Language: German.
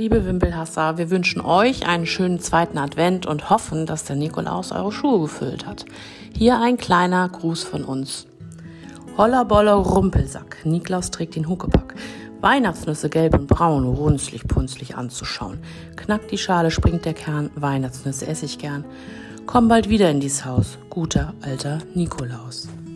liebe Wimpelhasser, wir wünschen euch einen schönen zweiten Advent und hoffen, dass der Nikolaus eure Schuhe gefüllt hat. Hier ein kleiner Gruß von uns. Holla bolla Rumpelsack, Niklaus trägt den Huckepack. Weihnachtsnüsse gelb und braun, runzlig punzlig anzuschauen. Knackt die Schale, springt der Kern, Weihnachtsnüsse esse ich gern. Komm bald wieder in dies Haus, guter alter Nikolaus.